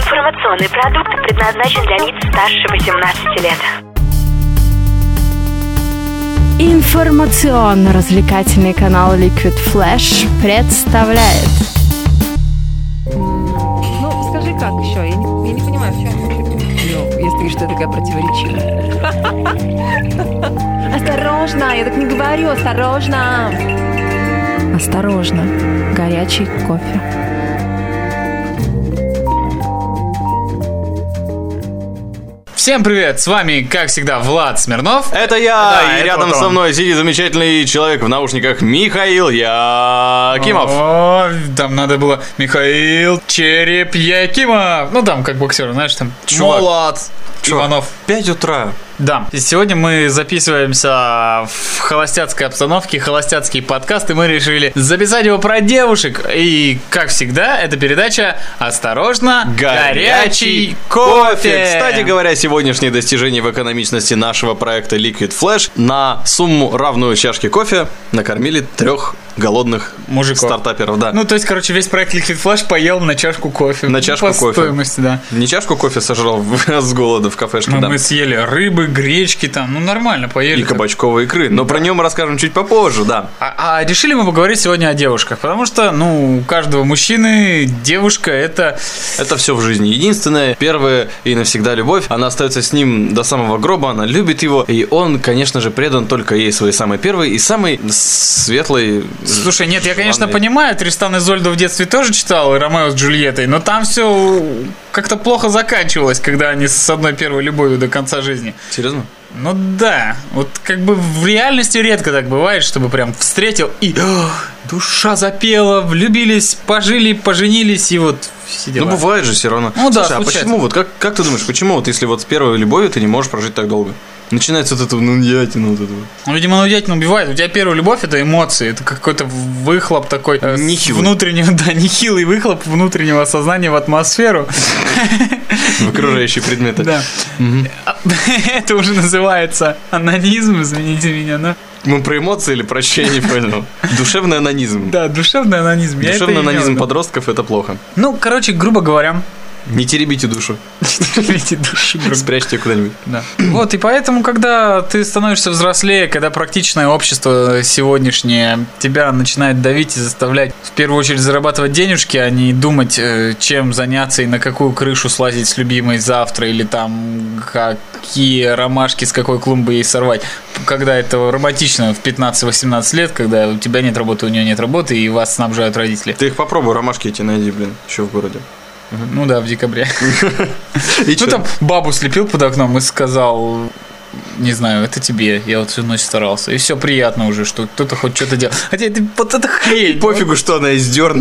Информационный продукт предназначен для лиц старше 18 лет. Информационно-развлекательный канал Liquid Flash представляет. Ну, скажи, как еще? Я не понимаю, в чем вообще. Ну, если ты что, такая противоречивая. Осторожно, я так не говорю, осторожно. Осторожно, горячий кофе. Всем привет, с вами, как всегда, Влад Смирнов. Это я, и рядом со мной сидит замечательный человек в наушниках Михаил Якимов. О, там надо было Михаил Череп Якимов. Ну там, как боксер, знаешь, там Молот Иванов. 5 утра. Да, и сегодня мы записываемся в холостяцкой обстановке, холостяцкий подкаст, и мы решили записать его про девушек. И, как всегда, эта передача «Осторожно, горячий кофе». Кстати говоря, сегодняшнее достижение в экономичности нашего проекта Liquid Flash на сумму, равную чашке кофе, накормили 3 голодных мужиков, стартаперов, да. Ну, то есть, короче, весь проект Liquid Flash поел на чашку кофе. На чашку по кофе. Стоимости, да. Не чашку кофе сожрал с голода в кафешке, да. Да. Мы съели рыбы, гречки там, ну, нормально поели. И кабачковой икры, но про нее мы расскажем чуть попозже, да. А решили мы поговорить сегодня о девушках, потому что, ну, у каждого мужчины девушка это... Это все в жизни. Единственная, первая и навсегда любовь. Она остается с ним до самого гроба, она любит его, и он, конечно же, предан только ей, своей самой первой и самой светлой. Слушай, нет, я, конечно, понимаю, Тристан и Изольду в детстве тоже читал, и Ромео с Джульеттой, но там все как-то плохо заканчивалось, когда они с одной первой любовью до конца жизни. Серьезно? Ну да, вот как бы в реальности редко так бывает, чтобы прям встретил и душа запела, влюбились, пожили, поженились и вот все дела. Ну бывает же все равно. Ну, слушай, да, а почему, вот как ты думаешь, почему вот если вот с первой любовью ты не можешь прожить так долго? Начинается вот это нудятина вот это. Ну, видимо, нудятина убивает. У тебя первая любовь — это эмоции, это какой-то выхлоп такой внутреннего, да, нехилый выхлоп внутреннего сознания в атмосферу. В окружающие предметы. Да. Это уже называется анонизм, извините меня, но... Мы про эмоции или про что, я не понял. Душевный анонизм. Да, душевный анонизм. Душевный анонизм подростков — это плохо. Ну, короче, грубо говоря... Не теребите душу. Не теребите душу. Спрячьте ее куда-нибудь. Да. Вот, и поэтому, когда ты становишься взрослее, когда практичное общество сегодняшнее тебя начинает давить и заставлять в первую очередь зарабатывать денежки, а не думать, чем заняться и на какую крышу слазить с любимой завтра, или там какие ромашки с какой клумбы ей сорвать. Когда это романтично в 15-18 лет, когда у тебя нет работы, у нее нет работы, и вас снабжают родители. Ты их попробуй, ромашки эти найди, блин, еще в городе. Ну да, в декабре. Ну там бабу слепил под окном и сказал, не знаю, это тебе, я вот всю ночь старался. И все приятно уже, что кто-то хоть что-то делал. Хотя это вот это хрень. Пофигу, что она из дерна.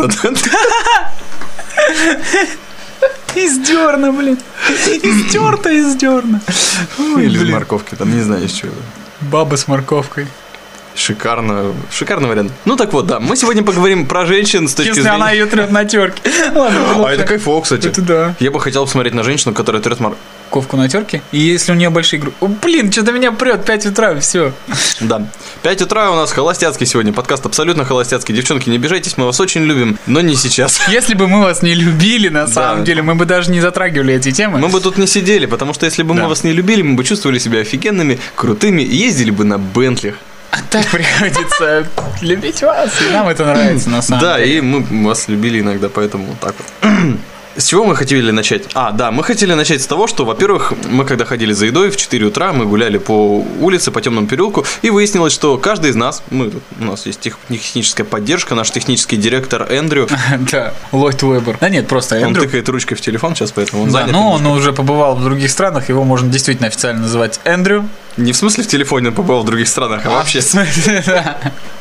Из дерна, блин. Истерта из дерна. Или из морковки, там не знаю из чего. Баба с морковкой. Шикарный вариант. Ну так вот, да, мы сегодня поговорим про женщин с точки зрения... Если она ее трет на терке. А это кайфово, кстати. Это да. Я бы хотел посмотреть на женщину, которая трет морковку на терке. И если у нее большие груди... Блин, что-то меня прет, 5 утра, все. Да. 5 утра у нас холостяцкий сегодня. Подкаст абсолютно холостяцкий. Девчонки, не обижайтесь, мы вас очень любим, но не сейчас. Если бы мы вас не любили, на самом деле, мы бы даже не затрагивали эти темы. Мы бы тут не сидели, потому что если бы мы вас не любили, мы бы чувствовали себя офигенными, крутыми и ездили бы на Бентлях. А так приходится любить вас, и нам это нравится на самом деле. Да, и мы вас любили иногда, поэтому вот так вот. С чего мы хотели начать? Мы хотели начать с того, что, во-первых, мы когда ходили за едой в 4 утра, мы гуляли по улице, по темному переулку, и выяснилось, что каждый из нас, у нас есть техническая поддержка, наш технический директор Эндрю. Да, Ллойд Уэббер. Да нет, просто Эндрю. Он тыкает ручкой в телефон сейчас, поэтому он занят. Но он уже побывал в других странах, его можно действительно официально называть Эндрю. Не в смысле в телефоне он побывал в других странах, а вообще. В смысле, да.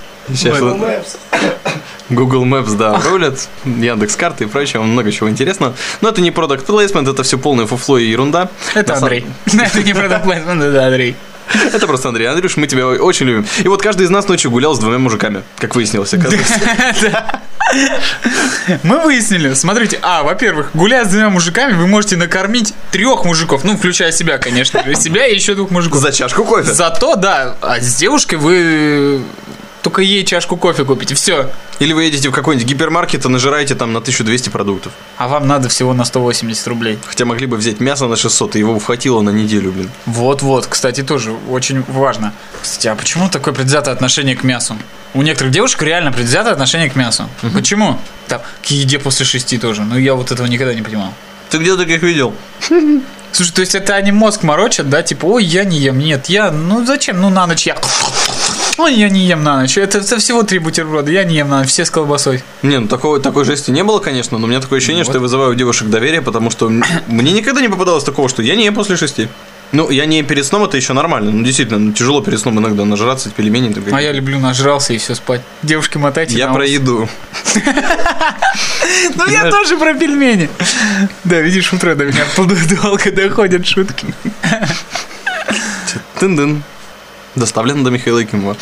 Google Maps, да, рулят, Яндекс.Карты и прочее, много чего интересного. Но это не product placement, это все полное фуфло и ерунда. Это Андрей. Это не product placement, это Андрей. Это просто Андрей. Андрюш, мы тебя очень любим. И вот каждый из нас ночью гулял с 2 мужиками, как выяснилось, оказывается. Мы выяснили, смотрите, во-первых, гуляя с 2 мужиками, вы можете накормить 3 мужиков, ну, включая себя, конечно, себя и еще 2 мужиков. За чашку кофе. Зато, да, а с девушкой вы только ей чашку кофе купите, все. Или вы едете в какой-нибудь гипермаркет и нажираете там на 1200 продуктов. А вам надо всего на 180 рублей. Хотя могли бы взять мясо на 600, и его хватило на неделю, блин. Вот, кстати, тоже очень важно. Кстати, а почему такое предвзятое отношение к мясу? У некоторых девушек реально предвзятое отношение к мясу. Почему? Там, к еде после 6 тоже. Ну, я вот этого никогда не понимал. Ты где таких видел? Слушай, то есть это они мозг морочат, да? Типа, ой, я не ем. Нет, ну зачем? Ну, на ночь я... Ой, я не ем на ночь. Это всего 3 бутерброда. Я не ем на ночь, все с колбасой. Не, ну такой жести не было, конечно, но у меня такое ощущение, что я вызываю у девушек доверие, потому что мне никогда не попадалось такого, что я не ем после 6. Ну, я не ем перед сном, это еще нормально. Ну, действительно, тяжело перед сном иногда нажраться пельменей. А я люблю нажрался и все спать. Девушки, мотайте. Я про еду. Ну, я тоже про пельмени. Да, видишь, утро до меня долго доходят шутки. Тын-дын. Доставлено до Михаила Якимова.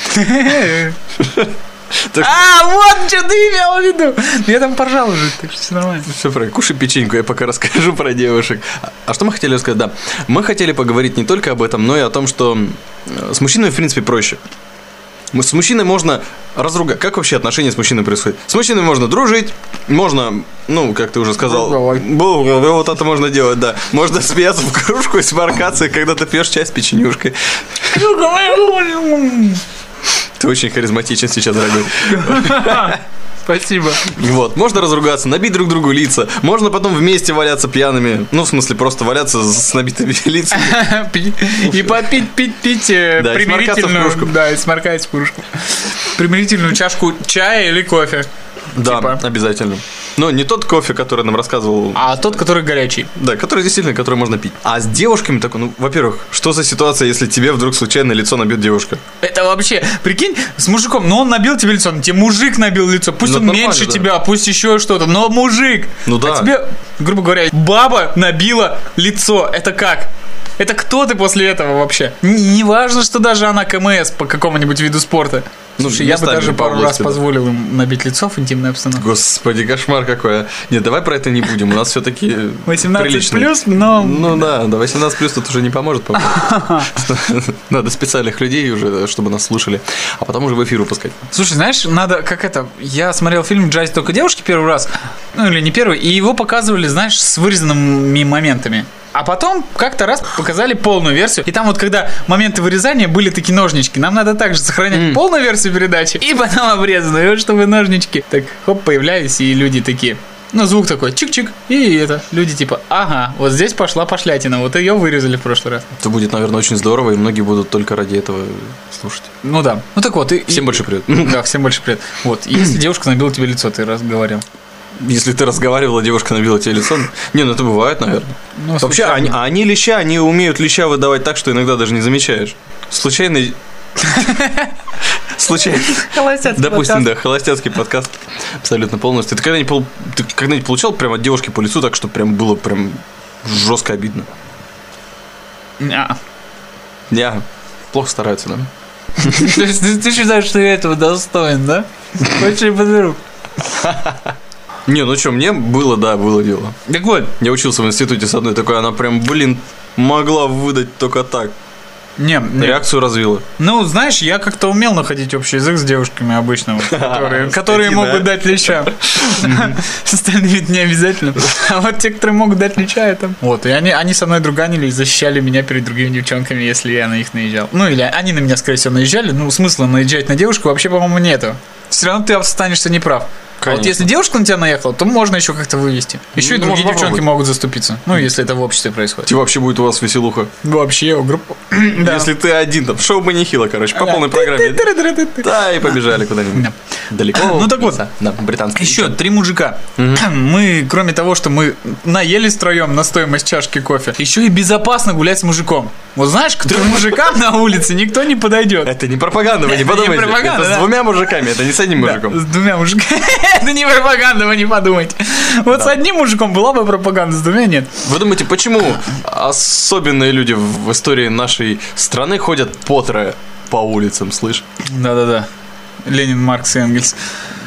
Вот что ты имел в виду. Я там поржал уже, так что все нормально. Все правильно. Кушай печеньку, я пока расскажу про девушек. А что мы хотели рассказать? Да, мы хотели поговорить не только об этом, но и о том, что с мужчиной, в принципе, проще. С мужчиной можно разругать. Как вообще отношения с мужчиной происходят? С мужчиной можно дружить, можно, ну, как ты уже сказал, вот это можно делать, да. Можно смеяться в кружку и сморкаться, когда ты пьешь чай с печенюшкой. Ты очень харизматичен сейчас, дорогой. Спасибо. Вот, можно разругаться, набить друг другу лица. Можно потом вместе валяться пьяными. Ну, в смысле, просто валяться с набитыми лицами. И попить примирительную... Да, и сморкать в кружку. Примирительную чашку чая или кофе. Да, обязательно. Но не тот кофе, который нам рассказывал. А тот, который горячий. Да, который можно пить. А с девушками такой, ну, во-первых, что за ситуация, если тебе вдруг случайно лицо набьет девушка? Это вообще, прикинь, с мужиком, он набил тебе лицо, тебе мужик набил лицо, пусть он меньше тебя, пусть еще что-то, но мужик. Ну да. А тебе, грубо говоря, баба набила лицо, это как? Это кто ты после этого вообще? Не важно, что даже она КМС по какому-нибудь виду спорта. Слушай, я бы даже пару раз позволил им набить лицо в интимной обстановке. Господи, кошмар какой. Нет, давай про это не будем. У нас все-таки 18 плюс, но... Ну да, 18 плюс тут уже не поможет. Надо специальных людей уже, чтобы нас слушали. А потом уже в эфир выпускать. Слушай, знаешь, надо, как это... Я смотрел фильм «В джазе только девушки» первый раз. Ну, или не первый. И его показывали, знаешь, с вырезанными моментами. А потом как-то раз показали полную версию. И там вот когда моменты вырезания были такие ножнички. Нам надо также сохранять полную версию передачи и потом обрезанную. И вот чтобы ножнички так хоп появлялись, и люди такие... Ну, звук такой, чик-чик, и это, люди типа, ага, вот здесь пошла пошлятина, вот ее вырезали в прошлый раз. Это будет, наверное, очень здорово, и многие будут только ради этого слушать. Ну да, ну так вот. Всем большой привет. Да, всем большой привет. Вот, если девушка набила тебе лицо, ты раз говорил. Если ты разговаривала, девушка набила тебе лицо. Не, ну это бывает, наверное. Ну, вообще, они леща, они умеют леща выдавать так, что иногда даже не замечаешь. Случайный... Случайно. Допустим, да, холостяцкий подкаст. Абсолютно полностью. Ты когда-нибудь получал прям от девушки по лицу так, что прям было прям жестко обидно? Не. Плохо стараются, да? То есть ты считаешь, что я этого достоин, да? Хочешь подберу? Не, ну что, мне было дело. Так вот. Я учился в институте с одной такой, она прям, могла выдать только так. Реакцию развила. Ну, знаешь, я как-то умел находить общий язык с девушками обычно, которые могут дать леща. С остальными не обязательно. А вот те, которые могут дать леща, это... Вот, и они со мной друганили и защищали меня перед другими девчонками, если я на них наезжал. Ну, или они на меня, скорее всего, наезжали. Ну, смысла наезжать на девушку вообще, по-моему, нету. Все равно ты останешься неправ. А вот если девушка на тебя наехала, то можно еще как-то вывести. Еще и другие девчонки могут заступиться. Ну, если это в обществе происходит. И вообще будет у вас веселуха. Вообще, группа. Если ты один, там, шоу бы нехило, короче, по полной программе. Да, и побежали куда-нибудь. Далеко. Ну, так вот. Да, британский. Еще 3 мужика. Мы, кроме того, что мы наелись втроем на стоимость чашки кофе, еще и безопасно гулять с мужиком. Вот знаешь, к 3 мужикам на улице никто не подойдет. Это не пропаганда, вы не подумайте. Это с 2 мужиками, это не с одним мужиком. С 2 мужиками. Это не пропаганда, вы не подумайте. Вот с одним мужиком была бы пропаганда, с 2 нет. Вы думаете, почему особенные люди в истории нашей страны ходят по 3 по улицам, слышь? Да-да-да. Ленин, Маркс и Энгельс.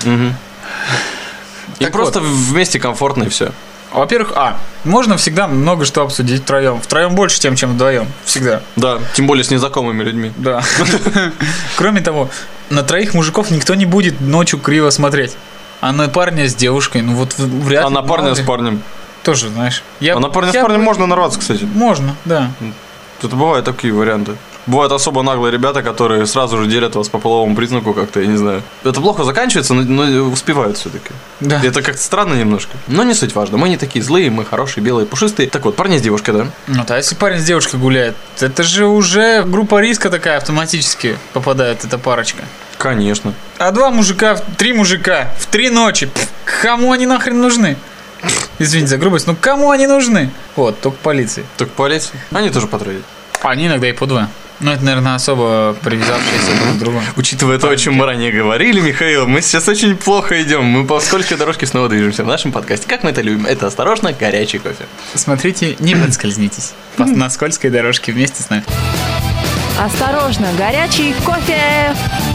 И просто вместе комфортно, и все. Во-первых, можно всегда много что обсудить втроем. Втроем больше, чем вдвоем. Всегда. Да, тем более с незнакомыми людьми. Да. Кроме того, на троих мужиков никто не будет ночью криво смотреть. А на парня с девушкой, ну вот вряд ли. А на парня с парнем? Тоже, знаешь. А на парня с парнем можно нарваться, кстати. Можно, да. Это бывают такие варианты. Бывают особо наглые ребята, которые сразу же делят вас по половому признаку как-то, я не знаю. Это плохо заканчивается, но успевают все-таки. Да. Это как-то странно немножко. Но не суть важно. Мы не такие злые, мы хорошие, белые, пушистые. Так вот, парни с девушкой, да? Ну, а если парень с девушкой гуляет, это же уже группа риска такая, автоматически попадает эта парочка. Конечно. А 3 мужика в 3 ночи. Кому они нахрен нужны? Извините за грубость, но кому они нужны? Вот, только полиции. Только полиция. Они тоже потратят. Они иногда и по 2. Ну, это, наверное, особо привязавшиеся друг к другу. Учитывая то, о чем мы ранее говорили, Михаил, мы сейчас очень плохо идем. Мы по скользкой дорожке снова движемся в нашем подкасте. Как мы это любим? Это «Осторожно, горячий кофе». Смотрите, не подскользнитесь на скользкой дорожке вместе с нами. Осторожно, горячий кофе!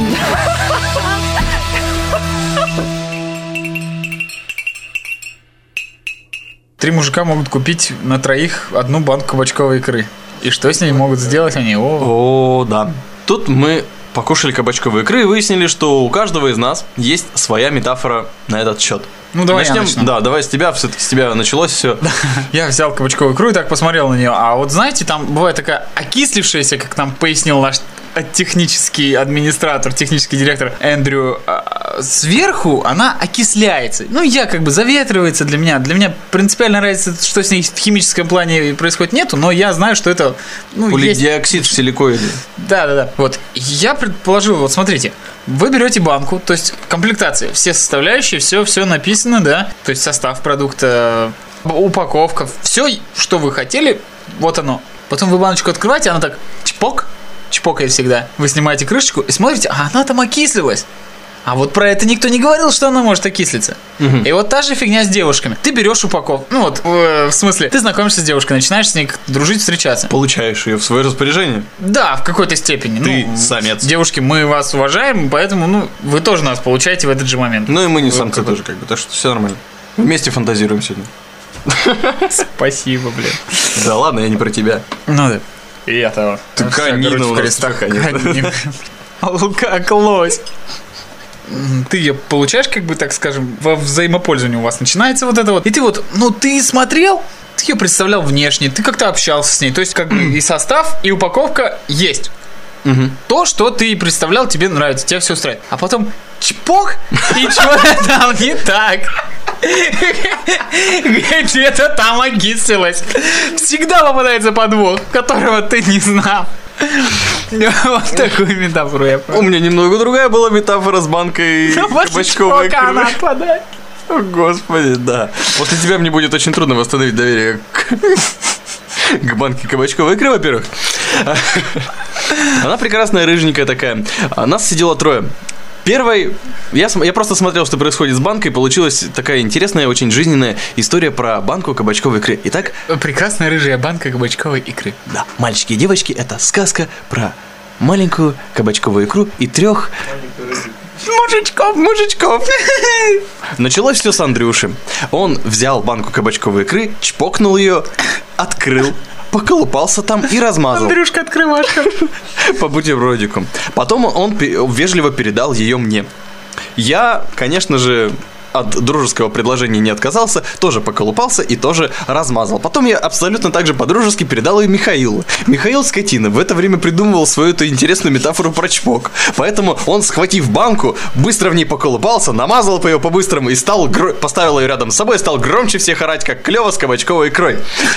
Три мужика могут купить на троих 1 банку кабачковой икры. И что с ней могут сделать они? О, да. Тут мы покушали кабачковой икры и выяснили, что у каждого из нас есть своя метафора на этот счет. Ну, давай я начну. Да, давай с тебя, все-таки с тебя началось все. Я взял кабачковую икру и так посмотрел на нее. А вот знаете, там бывает такая окислившаяся, как нам пояснил наш технический администратор, технический директор Эндрю, сверху она окисляется. Ну, заветривается для меня. Для меня принципиально разница, что с ней в химическом плане происходит, нету, но я знаю, что это... Полидиоксид в силикоиде. Да. Вот, я предположил, вот смотрите, вы берете банку, то есть комплектация, все составляющие, все написано, да, то есть состав продукта, упаковка, все, что вы хотели, вот оно. Потом вы баночку открываете, она так чпокает всегда. Вы снимаете крышечку и смотрите, а она там окислилась. А вот про это никто не говорил, что она может окислиться. И вот та же фигня с девушками. Ты берешь упаковку, в смысле, ты знакомишься с девушкой, начинаешь с ней дружить, встречаться. Получаешь ее в свое распоряжение? Да, в какой-то степени. Ты самец. Девушки, мы вас уважаем, поэтому, вы тоже нас получаете в этот же момент. Ну и мы не самцы тоже, так что все нормально. Вместе фантазируем сегодня. Спасибо, блин. Да ладно, я не про тебя. Ну да. И этого. Ты канина у нас. Как лось. Ты ее получаешь, так скажем, во взаимопользовании у вас начинается вот это вот. И ты ты смотрел, ты ее представлял внешне, ты как-то общался с ней. То есть, и состав, и упаковка есть. То, что ты представлял, тебе нравится, тебя все устраивает. А потом чпок, и что-то там не так. Где-то там окислилось. Всегда попадается подвох, которого ты не знал. Вот такую метафору я понял. У меня немного другая была метафора с банкой кабачковой икры. О, Господи, да. После тебя мне будет очень трудно восстановить доверие к банке кабачковой икры, во-первых. Она прекрасная, рыженькая такая. Нас сидело 3. Первой, я просто смотрел, что происходит с банкой, получилась такая интересная, очень жизненная история про банку кабачковой икры. Итак, прекрасная рыжая банка кабачковой икры. Да, мальчики и девочки, это сказка про маленькую кабачковую икру и 3 мужичков. Началось все с Андрюши. Он взял банку кабачковой икры, чпокнул ее, открыл, поколупался там и размазал. Андрюшка-открывашка. По бутербродику. Потом он вежливо передал ее мне. Я, конечно же, от дружеского предложения не отказался, тоже поколупался и тоже размазал. Потом я абсолютно так же по-дружески передал ее Михаилу. Михаил, скотина, в это время придумывал свою эту интересную метафору про чпок. Поэтому он, схватив банку, быстро в ней поколупался, намазал ее по-быстрому и поставил ее рядом с собой и стал громче всех орать, как клево с кабачковой икрой.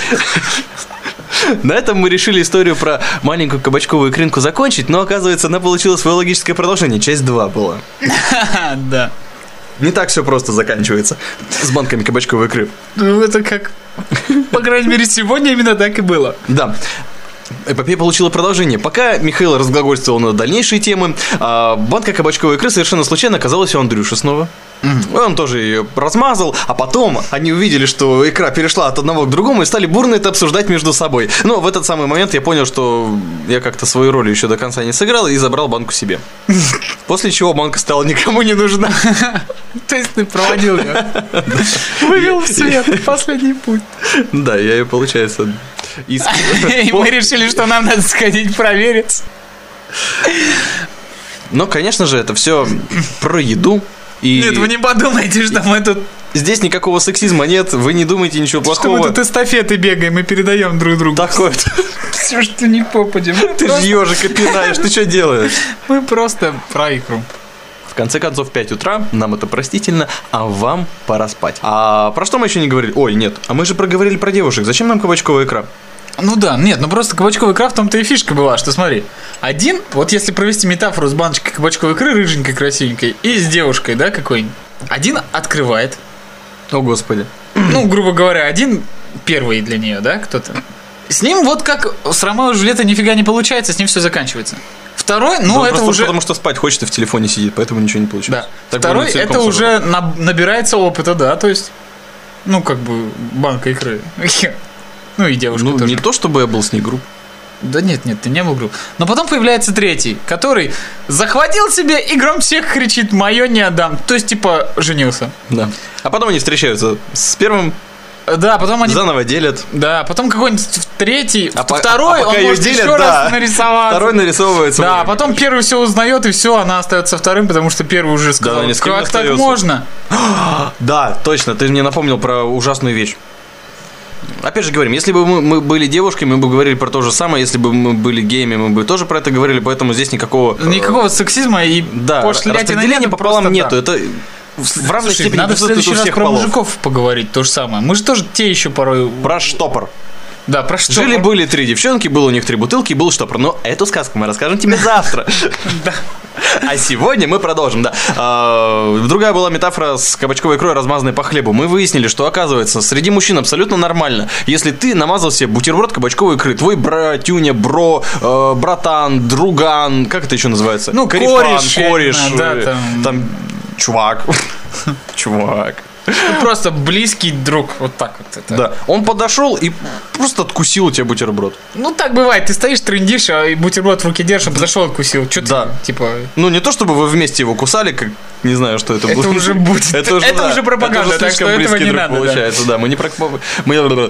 На этом мы решили историю про маленькую кабачковую икринку закончить, но, оказывается, она получила свое логическое продолжение. Часть 2 была. Да. Не так все просто заканчивается с банками кабачковой икры. Ну, это как... По крайней мере, сегодня именно так и было. Да. Эпопея получила продолжение. Пока Михаил разглагольствовал на дальнейшие темы, банка кабачковой икры совершенно случайно оказалась у Андрюши снова. Он тоже ее размазал, а потом они увидели, что икра перешла от одного к другому и стали бурно это обсуждать между собой. Но в этот самый момент я понял, что я как-то свою роль еще до конца не сыграл и забрал банку себе. После чего банка стала никому не нужна. То есть ты проводил ее? Вывел в свет последний путь. Да, я ее, получается... И мы решили, что нам надо сходить проверить. Но, конечно же, это все про еду. И Нет, вы не подумайте, что мы тут... здесь никакого сексизма нет, вы не думайте ничего Что плохого. мы тут эстафеты бегаем и передаем друг другу. Такое. Все, что не попадем. Ты же ежика пинаешь, ты что делаешь? Мы просто про икру. В конце концов, 5 утра, нам это простительно, а вам пора спать. А про что мы еще не говорили? Ой, нет, а мы же проговорили про девушек. Зачем нам кабачковая икра? Ну да, нет, ну просто кабачковая икра в том-то и фишка была, что смотри, один, вот если провести метафору с баночкой кабачковой икры, рыженькой, красивенькой, и с девушкой, да, какой-нибудь, один открывает, О, Господи. ну, грубо говоря, один первый для нее, да, кто-то. С ним вот как с Ромео и Джульеттой нифига не получается, с ним все заканчивается. Второй, ну Да, это просто уже... потому что спать хочет и в телефоне сидит, поэтому ничего не получается. Да. Второй, это уже набирается опыта, да, то есть, ну, как бы, банка икры. Ну, и девушка Ну, тоже. не то, чтобы я был с ней груб. Да нет, ты не был груб. Но потом появляется третий, который захватил себе и громче всех кричит: «Мое не отдам». То есть, типа, женился. Да. А потом они встречаются с первым, Да, потом они... заново делят. Да, потом какой-нибудь третий, пока второй, он её может делят, еще да. раз нарисоваться. Второй нарисовывается. Да, вовремя. потом первый все узнает, и все, она остается вторым, потому что первый уже сказал: она ни с кем не как так остается. можно? Да, точно, ты мне напомнил про ужасную вещь. Опять же говорим, если бы мы были девушками, мы бы говорили про то же самое. Если бы мы были геями, мы бы тоже про это говорили. Поэтому здесь никакого... Никакого сексизма и Да, пошлятины распределения нет, пополам просто нету. да. Это в равной Слушай, степени надо в присутствует следующий у раз всех про полов. мужиков поговорить, то же самое. Мы же тоже те еще порой... Про штопор. Да, про что? Жили-были 3 девчонки, было у них 3 бутылки, и был штопор. Но эту сказку мы расскажем тебе завтра. А сегодня мы продолжим, да. Другая была метафора с кабачковой икрой, размазанной по хлебу. Мы выяснили, что, оказывается, среди мужчин абсолютно нормально, если ты намазал себе бутерброд кабачковой икры, твой братюня, братан, друган, как это еще называется? Ну, корефан, кореш, да, там чувак. Чувак. Ну, просто близкий друг, вот так вот. Это. Да, он подошел и просто откусил у тебя бутерброд. Ну, так бывает, ты стоишь, трындишь, а и бутерброд в руке держишь, а подошел, откусил. Что Да. ты, типа... Ну, не то, чтобы вы вместе его кусали, как, не знаю, что это было. Это уже будет, это уже пропаганда, это уже так что слишком этого близкий не друг надо, да. получается, да. Мы не про... Мы...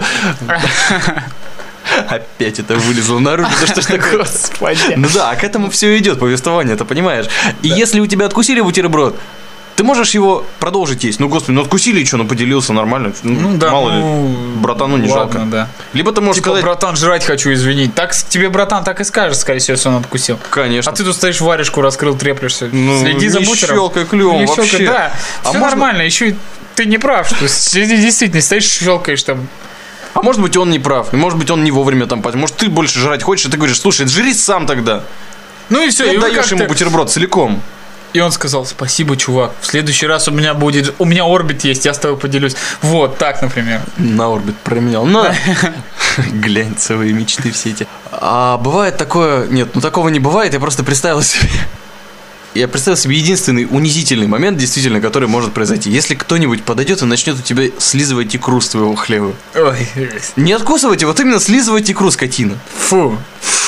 Опять это вылезло наружу, да что ж такое? Господи. Ну да, а к этому все идет, повествование, ты понимаешь? И если у тебя откусили бутерброд, ты можешь его продолжить есть. Ну, господи, ну откусили и что, ну поделился нормально. Ну да, мало ну, ли, братану не ладно, жалко. да. Либо ты можешь Типа, сказать, братан, жрать хочу, извини. Так тебе братан так и скажет, скорее всего, если он откусил. конечно. А ты тут стоишь, варежку раскрыл, треплешься. Ну, Следи за не бутером. щелкай клювом Не щелкай, вообще. да. А Все можно- нормально, еще и ты не прав, что следи, действительно, стоишь, щелкаешь там. А может быть, он не прав, и может быть, он не вовремя там пойдет. Может, ты больше жрать хочешь, и ты говоришь, слушай, жри сам тогда. Ну и все, Ты и вы отдаешь ему как-то... бутерброд целиком. И он сказал: спасибо, чувак, в следующий раз у меня орбит есть, я с тобой поделюсь. Вот так, например. На орбит променял. Но глянцевые мечты все эти. А бывает такое... Нет, ну такого не бывает. Я просто представил себе... Я представил себе единственный унизительный момент, действительно, который может произойти. Если кто-нибудь подойдет и начнет у тебя слизывать икру с твоего хлеба. Ой, Не откусывайте, вот именно слизывать икру, скотина. фу.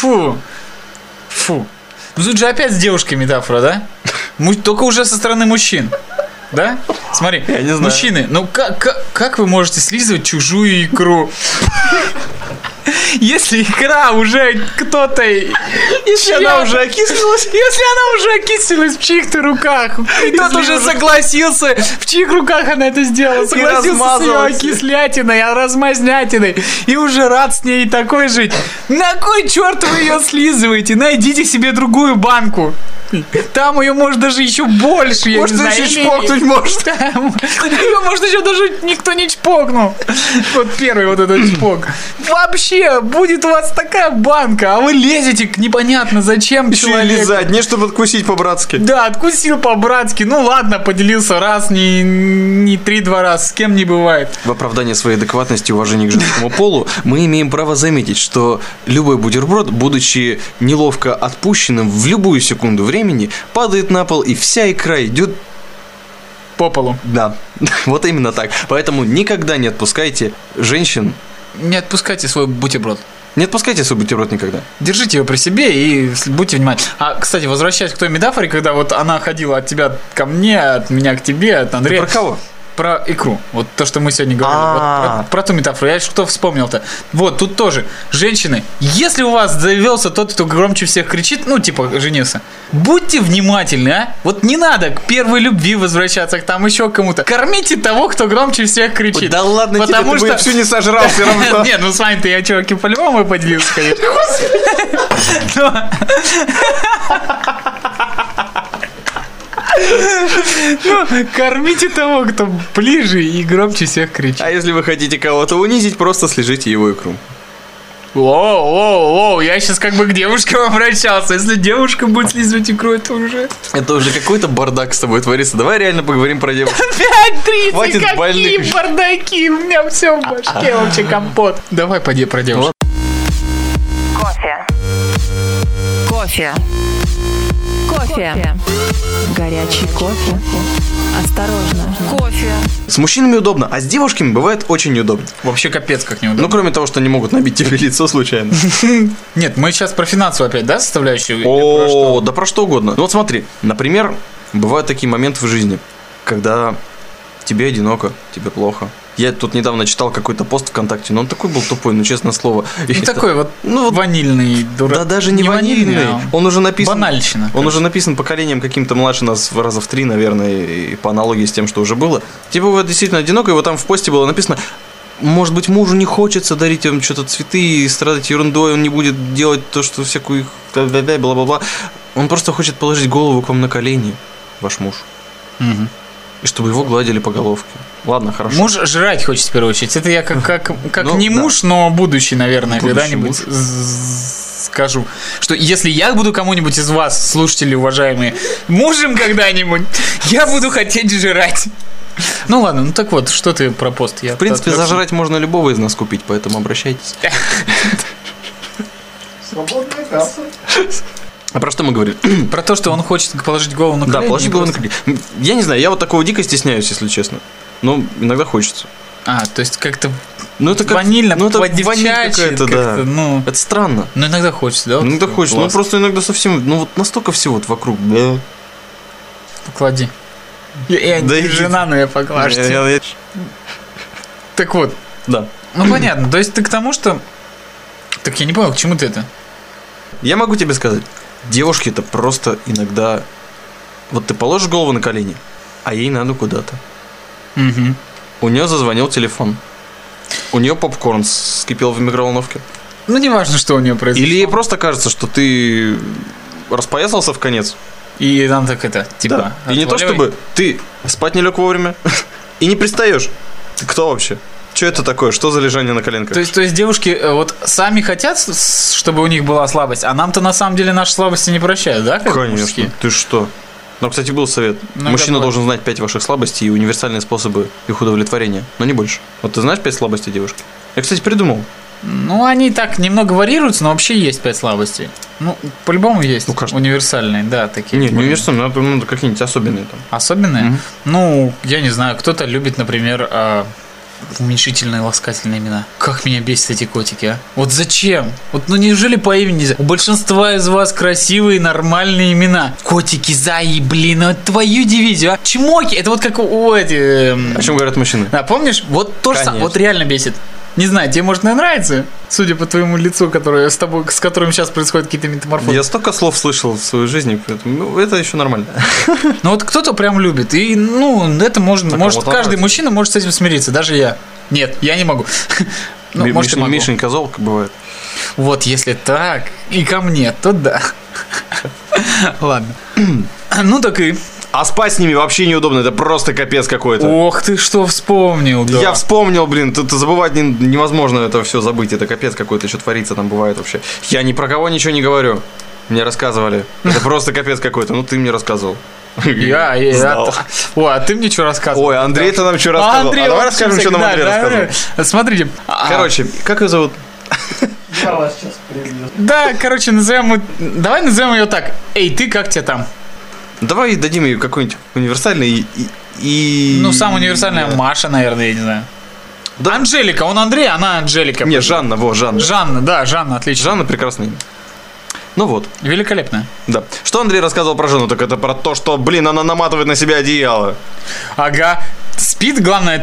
Ну тут же опять с девушкой метафора, да? Только уже со стороны мужчин. Да? Смотри, Я не знаю. мужчины, ну как вы можете слизывать чужую икру? Если икра уже кто-то... Если она уже окислилась. Если она уже окислилась в чьих-то руках, и тот Если уже уже- согласился, в чьих руках она это сделала, согласился с ее размазалась. окислятиной, размазнятиной, и уже рад с ней такой жить. На кой черт вы ее слизываете? Найдите себе другую банку. Там ее может даже еще больше, я Может, не знаю. еще чпокнуть может. Ее может еще даже никто не чпокнул. Вот первый вот этот чпок. Вообще, будет у вас такая банка, а вы лезете к непонятно зачем Еще и человеку. лизать, не чтобы откусить по-братски. Да, откусил по-братски. Ну ладно, поделился раз, не 3-2 раза, с кем не бывает. В оправдание своей адекватности и уважения к женскому полу мы имеем право заметить, что любой бутерброд, будучи неловко отпущенным в любую секунду времени, падает на пол, и вся икра идет... По полу. Да, вот именно так. Поэтому никогда не отпускайте женщин. Не отпускайте свой бутерброд. Не отпускайте свой бутерброд никогда. Держите его при себе и будьте внимательны. А, кстати, возвращаясь к той метафоре, когда вот она ходила от тебя ко мне, от меня к тебе, от Ты Андрея. про кого? про икру. Вот то, что мы сегодня говорили. Вот про ту метафору. Я что вспомнил-то. Вот, тут тоже. Женщины, если у вас завелся тот, кто громче всех кричит, ну, типа, женился, будьте внимательны, а? Вот не надо к первой любви возвращаться, к там еще кому-то. Кормите того, кто громче всех кричит. Да ладно, потому тебе, что... ты бы всю не сожрал все равно. Не, ну с вами-то я, чуваки, по-любому поделился, конечно. Ну, кормите того, кто ближе и громче всех кричит. А если вы хотите кого-то унизить, просто слежите его икру. Воу, я сейчас как бы к девушкам обращался. Если девушка будет слизывать икру, это уже... Это уже какой-то бардак с тобой творится. Давай реально поговорим про девушек. 5:30, Хватит какие больных. бардаки. У меня все в башке вообще компот. Давай про девушек. Кофе. Горячий кофе. Осторожно. Кофе. С мужчинами удобно, а с девушками бывает очень неудобно. Вообще капец как неудобно. Ну, кроме того, что они могут набить тебе лицо случайно. Нет, мы сейчас про финансовую опять, да, составляющую? О, да про что угодно. Ну вот смотри, например, бывают такие моменты в жизни, когда тебе одиноко, тебе плохо. Я тут недавно читал какой-то пост ВКонтакте, но он такой был тупой, ну честное слово. Ну такой вот, ванильный дурак. Да даже не ванильный. Он уже написан. Банальщина. Он уже написан поколением каким-то младше нас в раза в 3, наверное, и по аналогии с тем, что уже было. Типа вот действительно одиноко, и вот там в посте было написано: может быть, мужу не хочется дарить вам что-то цветы и страдать ерундой, он не будет делать то, что всякую бла-бла-бла. Он просто хочет положить голову к вам на колени, ваш муж. Угу. И чтобы его гладили по головке. Ладно, хорошо. Муж жрать хочет в первую очередь. Это я как ну, не муж, но будущий, наверное, когда-нибудь скажу. Что если я буду кому-нибудь из вас, слушатели уважаемые, мужем когда-нибудь, я буду хотеть жрать. Ну ладно, ну так вот, что ты про пост? В принципе, зажрать можно любого из нас купить, поэтому обращайтесь. Свободная касса. А про что мы говорим? Про то, что он хочет положить голову на колени. Да, положить голову на колени. Я не знаю, я вот такого дико стесняюсь, если честно. Но иногда хочется. А, то есть как-то это ванильно, ну, это по-девчачьи, какая-то, да. Ну, это странно. Но иногда хочется, да? Иногда хочется, класс. ну просто иногда совсем, ну вот настолько всего вот вокруг. Поклади. Я да не жена, но я поглажу. Так вот. Да. Ну понятно, то есть ты к тому, что... Так я не понял, к чему ты это? Я могу тебе сказать. Девушки это просто иногда... Вот ты положишь голову на колени, а ей надо куда-то. Угу. У нее зазвонил телефон. У нее попкорн вскипел в микроволновке. Ну, не важно, что у нее произошло. Или ей просто кажется, что ты распоясался в конец. И нам так это, типа... Да. И не то, чтобы ты спать не лег вовремя и не пристаешь. Ты кто вообще? Что это такое? Что за лежание на коленках? То есть девушки вот сами хотят, чтобы у них была слабость, а нам-то на самом деле наши слабости не прощают, да? Конечно. Мужские? Ты что? Ну, кстати, был совет. Мужчина должен знать 5 ваших слабостей и универсальные способы их удовлетворения, но не больше. Вот ты знаешь 5 слабостей девушки? Я, кстати, придумал. Ну, они так немного варьируются, но вообще есть 5 слабостей. Ну, по-любому есть. Ну, кажется. Универсальные, да, такие. Не универсальные, но какие-нибудь особенные там. Особенные? Угу. Ну, я не знаю, кто-то любит, например, уменьшительные ласкательные имена. Как меня бесят эти котики, а? Вот зачем? Вот ну неужели по имени нельзя? У большинства из вас красивые, нормальные имена. Котики, заи, блин, ну твою дивизию, а? Чмоки, это вот как у эти... О чем говорят мужчины? Да, помнишь? Вот то же самое, вот реально бесит. Не знаю, тебе, может, нравится, судя по твоему лицу, которое с тобой, с которым сейчас происходят какие-то метаморфозы. Я столько слов слышал в своей жизни, поэтому это еще нормально. Ну вот кто-то прям любит, и ну это может каждый мужчина может с этим смириться, даже я. Нет, я не могу. Ну, может, и могу. Мишенька зол бывает. Вот если так и ко мне, то да. Ладно. Ну так и. А спать с ними вообще неудобно, это просто капец какой-то. Ох ты что вспомнил, да. Я вспомнил, блин, тут забывать невозможно это все забыть, это капец какой-то, что творится там бывает вообще. Я ни про кого ничего не говорю, мне рассказывали, это просто капец какой-то, ну ты мне рассказывал. О, а ты мне что рассказывал? Ой, Андрей-то нам что рассказывал, а давай расскажем, что нам Андрей рассказывал. Смотрите. Короче, как ее зовут? Я вас сейчас приведу. Да, короче, давай назовем ее так. Эй, ты как тебе там? Давай дадим ей какой-нибудь универсальный и... Ну, самая универсальная Маша, наверное, я не знаю. Да? Анжелика, он Андрей, она Анжелика. Не, Жанна, Жанна. Жанна, да, Жанна, отлично. Жанна прекрасное имя. Ну вот. Великолепно. Да. Что Андрей рассказывал про жену, так это про то, что, блин, она наматывает на себя одеяло. Ага. спит, главное,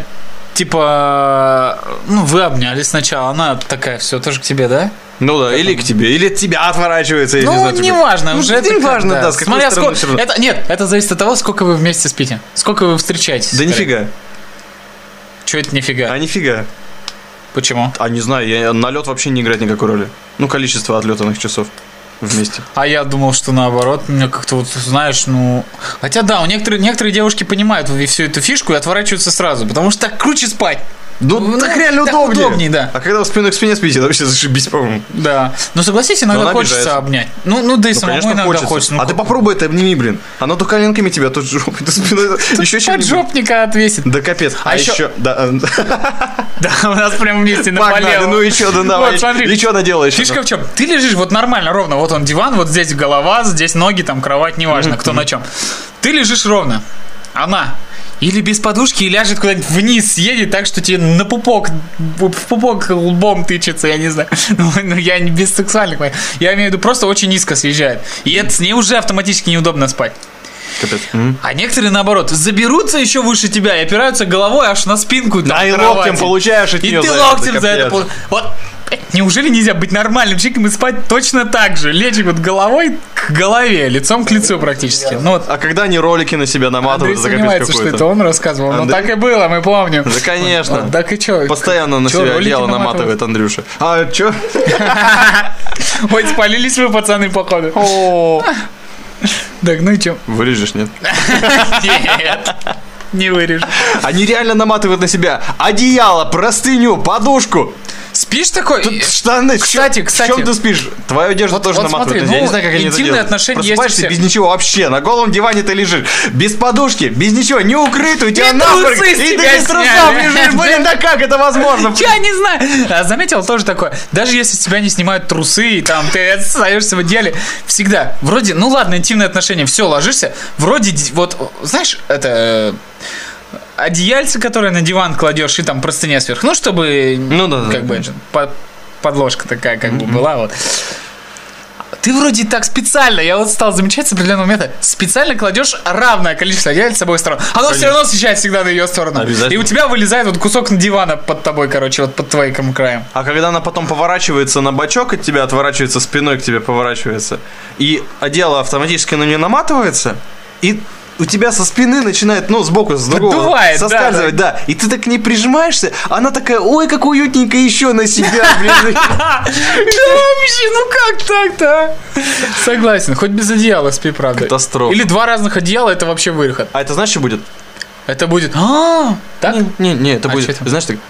типа, ну, вы обнялись сначала, она такая, все, тоже к тебе, да? Ну да, или к тебе, или от тебя отворачивается, я не Ну, знаю. неважно, Ну, уже это не как, важно, да, с какой Смотря стороны сколько... всё равно. Нет, это зависит от того, сколько вы вместе спите. Сколько вы встречаетесь. Да нифига. Что это нифига? А нифига. Почему? А не знаю, налет вообще не играет никакой роли. Ну, количество отлетанных часов вместе. А я думал, что наоборот, мне как-то вот, знаешь, ну... Хотя да, у некоторые девушки понимают всю эту фишку и отворачиваются сразу, потому что так круче спать. Ну, так реально так удобнее. удобнее, да. А когда вы спиной к спине спите, это вообще зашибись, по-моему. Да. Но согласись, иногда она хочется обижается. обнять. Ну да и Ну, самому конечно, иногда хочется. Ну, А ты попробуй это обними, блин. Оно то коленками тебя, то жопой, то спиной. Еще чем поджопника отвесит. Да капец. А А еще- еще... Да, Да, у нас прям вместе на погнали, поле. ну и что, да давай. Вот, смотри. И что она делает? Фишка в чем? Ты лежишь вот нормально, ровно. Вот он диван, вот здесь голова, здесь ноги, там кровать, неважно, кто на чем. Ты лежишь ровно. Она или без подушки, и ляжет куда-нибудь вниз, съедет так, что тебе на пупок, в пупок лбом тычется, я не знаю. Ну, я не без сексуальных. Я имею в виду, просто очень низко съезжает. И это с ней уже автоматически неудобно спать. Капец. А некоторые, наоборот, заберутся еще выше тебя и опираются головой аж на спинку. там, Да, и кровати. локтем получаешь от И нее ты за это, локтем за это... капец. Вот, неужели нельзя быть нормальным человеком и спать точно так же? Лечь вот головой к голове, лицом к лицу практически. Ну вот, А когда они ролики на себя Андрей наматывают, за капец сомневается, что какой-то? это он рассказывал. Но Андрей? так и было, мы помним. Да, конечно. Вот, так и что? Постоянно на себя одеяло наматывает Андрюша. А, что? Ой, спалились вы, пацаны, походу. Так, ну и что? Вырежешь, нет? Нет, не вырежу. Они реально наматывают на себя одеяло, простыню, подушку, Спишь такой? штаны. Кстати. В чем ты спишь? Твою одежду Вот- тоже вот наматывают. смотри, Я ну, не знаю, как они это интимные делают. отношения есть у Просыпаешься всех. без ничего вообще. На голом диване ты лежишь. Без подушки, без ничего, не укрытый. У тебя И нафиг. трусы с И ты тебя без трусов сняли. лежишь. Блин, да как это возможно? Я не знаю. А заметил тоже такое. Даже если с тебя не снимают трусы, и там ты остаешься в идеале, всегда. Вроде, ну ладно, интимные отношения, все, ложишься. Вроде, вот, знаешь, это... одеяльце, которое на диван кладешь, и там простыня сверху. Ну, чтобы, Ну да, как да. бы, подложка такая, как бы, была, вот. Ты вроде так специально, я вот стал замечать с определенного момента, специально кладешь равное количество одеяльц с обоих сторон. Оно все равно съезжает всегда на ее сторону. Обязательно. И у тебя вылезает вот кусок дивана под тобой, короче, вот под твоим краем. А когда она потом поворачивается на бочок от тебя, отворачивается спиной к тебе, поворачивается, и одеяло автоматически на нее наматывается, и у тебя со спины начинает, ну, сбоку, с другого Поддувает, соскальзывать, да. И ты так к ней прижимаешься, она такая, ой, как уютненько еще на себя, блин. Вообще, ну как так-то, а? Согласен, хоть без одеяла спи, правда. Катастрофа. Или два разных одеяла, это вообще выход. А это знаешь, что будет? Это будет... Так? Не, это А будет, что это? знаешь, так...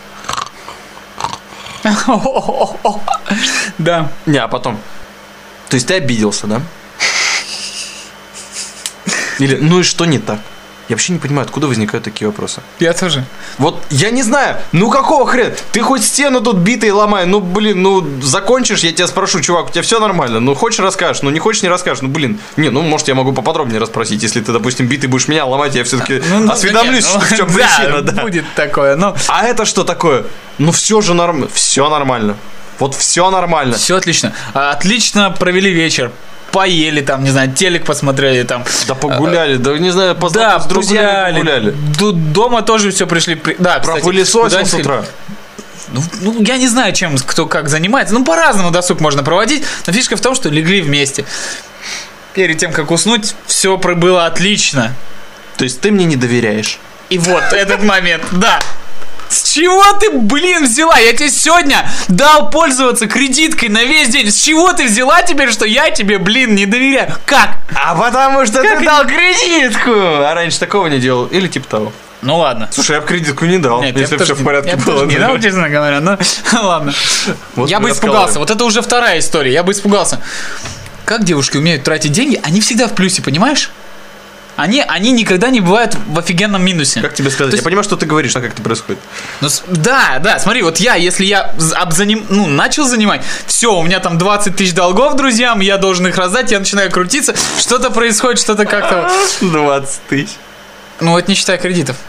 Да. Не, а потом. То есть ты обиделся, да? Или, ну и что не так? Я вообще не понимаю, откуда возникают такие вопросы. Я тоже. Вот, я не знаю, ну какого хрена? Ты хоть стену тут битой ломай, ну, блин, ну, закончишь, я тебя спрошу, чувак, у тебя все нормально? Ну, хочешь, расскажешь, ну, не хочешь, не расскажешь, ну, блин. Не, ну, может, я могу поподробнее расспросить, если ты, допустим, битый будешь меня ломать, я все-таки осведомлюсь, нет, в чем да, причина, да. будет такое, но... А это что такое? Ну, все же нормально, все нормально. Вот все нормально. Все отлично. Отлично провели вечер. Поели там, не знаю, телек посмотрели там. Да погуляли, да не знаю, Да, с друзьями погуляли. Дома тоже все пришли. Да, кстати, Пропылесосил куда с сходили? утра. Ну, я не знаю, чем кто как занимается. Ну, по-разному досуг можно проводить. Но фишка в том, что легли вместе. Перед тем, как уснуть, все было отлично. То есть ты мне не доверяешь? И вот этот момент, да. С чего ты, блин, взяла? Я тебе сегодня дал пользоваться кредиткой на весь день. С чего ты взяла теперь, что я тебе, блин, не доверяю? Как? А потому что Как ты дал кредитку! А раньше такого не делал. Или типа того. Ну ладно. Слушай, я бы кредитку не дал, Нет, если я все тоже в порядке я было. тоже не дал, честно говоря, но ладно. Вот Я мы бы испугался. раскалываем. Вот это уже вторая история. Я бы испугался. Как девушки умеют тратить деньги, они всегда в плюсе, понимаешь? Они никогда не бывают в офигенном минусе. Как тебе сказать? То есть- Я понимаю, что ты говоришь, а как это происходит? Ну, да, смотри, вот если я начал занимать, все, у меня там 20 тысяч долгов друзьям, я должен их раздать, я начинаю крутиться, что-то происходит, что-то как-то... 20 тысяч. Ну, это не считая кредитов.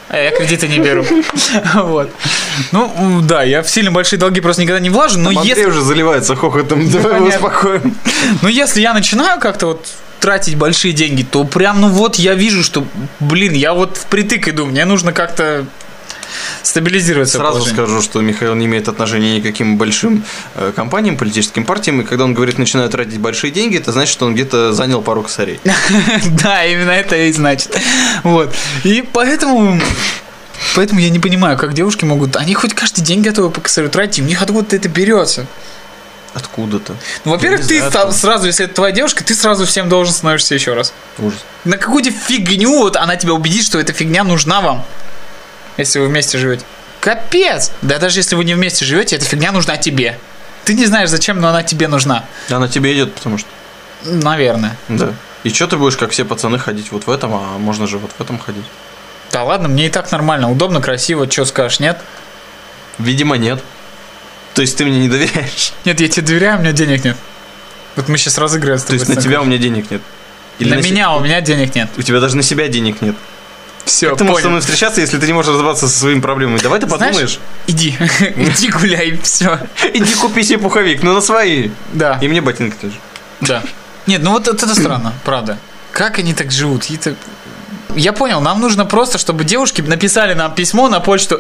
а я кредиты не беру. Вот. Ну, да, я в сильно большие долги просто никогда не влажу, но Андрей если... уже заливается хохотом, давай его успокоим. Но если я начинаю как-то вот тратить большие деньги, то прям, ну вот, я вижу, что, блин, я вот впритык иду, мне нужно как-то стабилизироваться. Сразу скажу, что Михаил не имеет отношения ни к каким большим компаниям, политическим партиям, и когда он говорит, начинаю тратить большие деньги, это значит, что он где-то занял пару косарей. Да, именно это и значит. Вот. И поэтому я не понимаю, как девушки могут... Они хоть каждый день готовы по косарю тратить, у них откуда-то это берется. Откуда-то. Ну, во-первых, ты сразу, если это твоя девушка, ты сразу всем должен становишься еще раз. Ужас. На какую-то фигню вот она тебя убедит, что эта фигня нужна вам, если вы вместе живете. Капец! Да даже если вы не вместе живете, эта фигня нужна тебе. Ты не знаешь зачем, но она тебе нужна. Она тебе идет, потому что... Наверное. Да. И что ты будешь, как все пацаны, ходить вот в этом, а можно же вот в этом ходить? Да ладно, мне и так нормально, удобно, красиво, что скажешь, нет? Видимо, нет. То есть ты мне не доверяешь? Нет, я тебе доверяю, у меня денег нет. Вот мы сейчас разыгрываем с тобой. То есть на тебя у меня денег нет? Или на меня у меня денег нет. У тебя даже на себя денег нет. Все, как ты можешь со мной встречаться, если ты не можешь разобраться со своими проблемами? Давай ты подумаешь. Иди гуляй, все. Иди купи себе пуховик, но на свои. Да. И мне ботинки тоже. Да. Нет, ну вот это странно, правда. Как они так живут? Я понял, нам нужно просто, чтобы девушки написали нам письмо на почту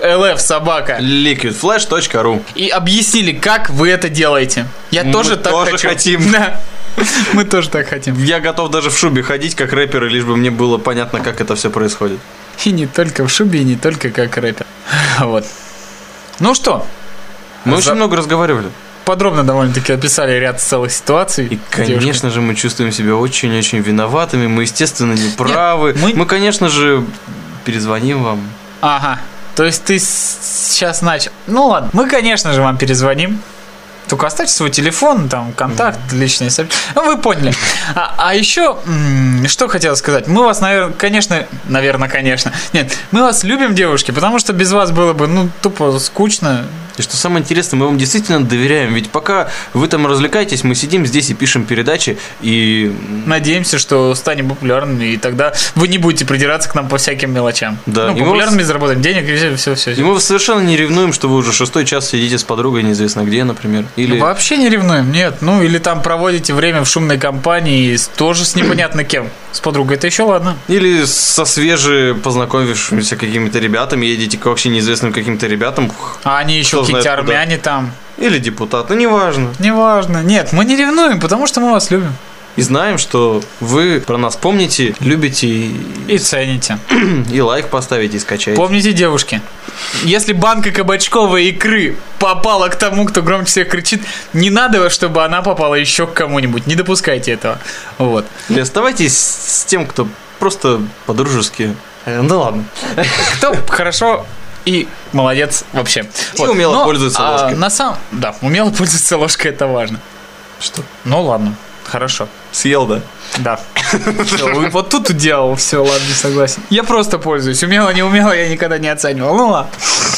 liquidflash.ru и объяснили, как вы это делаете. Мы тоже хотим. Да. Мы тоже так хотим. Я готов даже в шубе ходить, как рэперы, лишь бы мне было понятно, как это все происходит. И не только в шубе, и не только как рэпер. Вот. Ну что? Мы очень много разговаривали. Подробно довольно-таки описали ряд целых ситуаций. И, конечно же, мы чувствуем себя очень-очень виноватыми. Мы, естественно, не правы. Мы, конечно же, перезвоним вам. Ага. То есть ты сейчас начал... Ну ладно. Мы, конечно же, вам перезвоним. Только оставьте свой телефон, там, контакт, личные сообщения. Ну, вы поняли. А еще, что хотел сказать. Мы вас, наверное, конечно... Нет, мы вас любим, девушки, потому что без вас было бы, тупо скучно. И что самое интересное, мы вам действительно доверяем. Ведь пока вы там развлекаетесь, мы сидим здесь и пишем передачи. И надеемся, что станем популярными, и тогда вы не будете придираться к нам по всяким мелочам. Да. Популярными, заработаем денег, и все. И мы совершенно не ревнуем, что вы уже 6-й час сидите с подругой неизвестно где, например. Или... Вообще не ревнуем, нет. Или там проводите время в шумной компании, тоже с непонятно кем. С подругой это еще ладно. Или со свеже познакомившимися какими-то ребятами, едете к вообще неизвестным каким-то ребятам. А они еще какие-то армяне там. Или депутат, неважно. Неважно. Нет, мы не ревнуем, потому что мы вас любим. И знаем, что вы про нас помните, любите и цените. И лайк поставите, и скачаете. Помните, девушки, если банка кабачковой икры попала к тому, кто громче всех кричит, не надо, чтобы она попала еще к кому-нибудь. Не допускайте этого. Вот. Или оставайтесь с тем, кто просто по-дружески. Ну ладно. Кто хорошо и молодец вообще. И умело пользуется ложкой. Да, умело пользоваться ложкой, это важно. Что? Ну ладно. Хорошо. Съел, да? Да. Все, вот тут уделал, все, ладно, не согласен. Я просто пользуюсь. Умело, не умело, я никогда не оценивал. Ну ладно.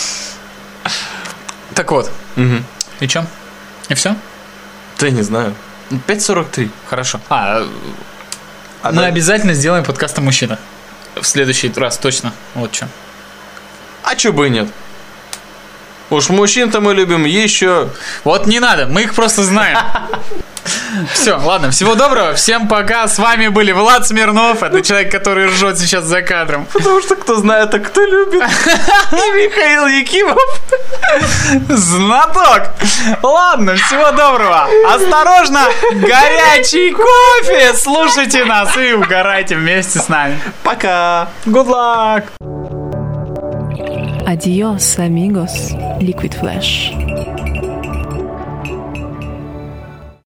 Так вот. Угу. И чё? И все? Да не знаю. 5:43. Хорошо. Мы обязательно сделаем подкаст о мужчинах. В следующий раз точно. Вот что. А чё бы и нет? Уж мужчин-то мы любим еще. Вот не надо, мы их просто знаем. Все, ладно, всего доброго, всем пока. С вами были Влад Смирнов, это человек, который ржет сейчас за кадром. Потому что кто знает, а кто любит. И Михаил Якимов, знаток. Ладно, всего доброго. Осторожно, горячий кофе. Слушайте нас и угорайте вместе с нами. Пока. Good luck. Adios, amigos. Liquid Flash.